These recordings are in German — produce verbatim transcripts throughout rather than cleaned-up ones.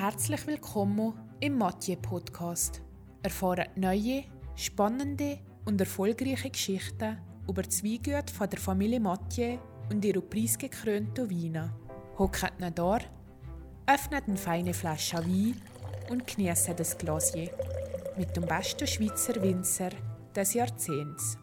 Herzlich willkommen im Mathieu-Podcast. Erfahren neue, spannende und erfolgreiche Geschichten über die Weingüter von der Familie Mathieu und ihre preisgekrönten Weine. Hockt nicht da, öffnet eine feine Flasche Wein und genießt das Glasje mit dem besten Schweizer Winzer des Jahrzehnts.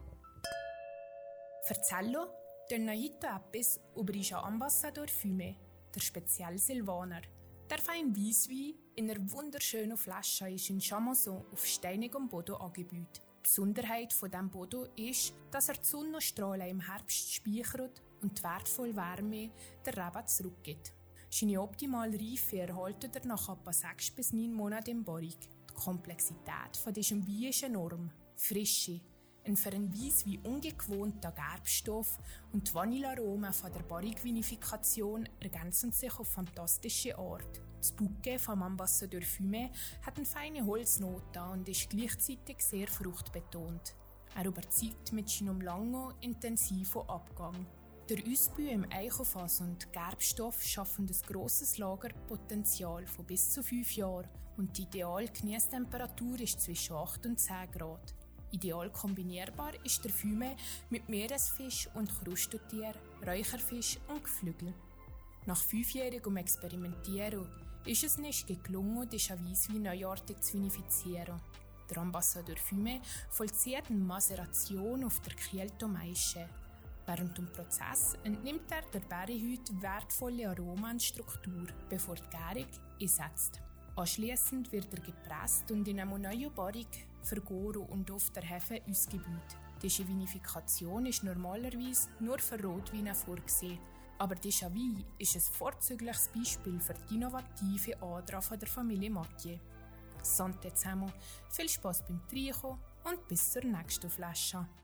Erzählen wir heute etwas über den Ambassador Fumé, der Spezial Silvaner. Der feine Weisswein in einer wunderschönen Flasche ist in Chamonix auf steinigem Boden angebaut. Die Besonderheit von diesem Boden ist, dass er die Sonnenstrahlen im Herbst speichert und die wertvolle Wärme der Rebe zurückgibt. Seine optimale Reife erhält er nach etwa sechs bis neun Monaten im Barrique. Die Komplexität von diesem Wein ist enorm. Frische, ein für einen Weisswein ungewohnter Gerbstoff und die Vanillearomen von der Barrique-Vinifikation ergänzen sich auf fantastische Art. Das Bouquet vom Ambassador Fumé hat eine feine Holznote und ist gleichzeitig sehr fruchtbetont. Er überzeugt mit seinem langen, intensiven Abgang. Der Ausbau im Eichenfass und Gerbstoff schaffen ein grosses Lagerpotenzial von bis zu fünf Jahren und die ideale Genießtemperatur ist zwischen acht und zehn Grad. Ideal kombinierbar ist der Fumé mit Meeresfisch und Krustentier, Räucherfisch und Geflügel. Nach fünfjährigem Experimentieren ist es nicht gelungen, diesen Weisswein neuartig zu vinifizieren. Der Ambassador Fumé vollzieht eine Maceration auf der Chielto Maische. Während dem Prozess entnimmt er der Beerenhüte wertvolle Aromen und Struktur, bevor die Gärung einsetzt. Anschliessend wird er gepresst und in einem neuen Barrique vergoren und auf der Hefe ausgebaut. Diese Vinifikation ist normalerweise nur für Rotweine vorgesehen, aber dieser Wein ist ein vorzügliches Beispiel für die innovative Ader der Familie Mathieu. Santé zusammen, viel Spass beim Trinken und bis zur nächsten Flasche.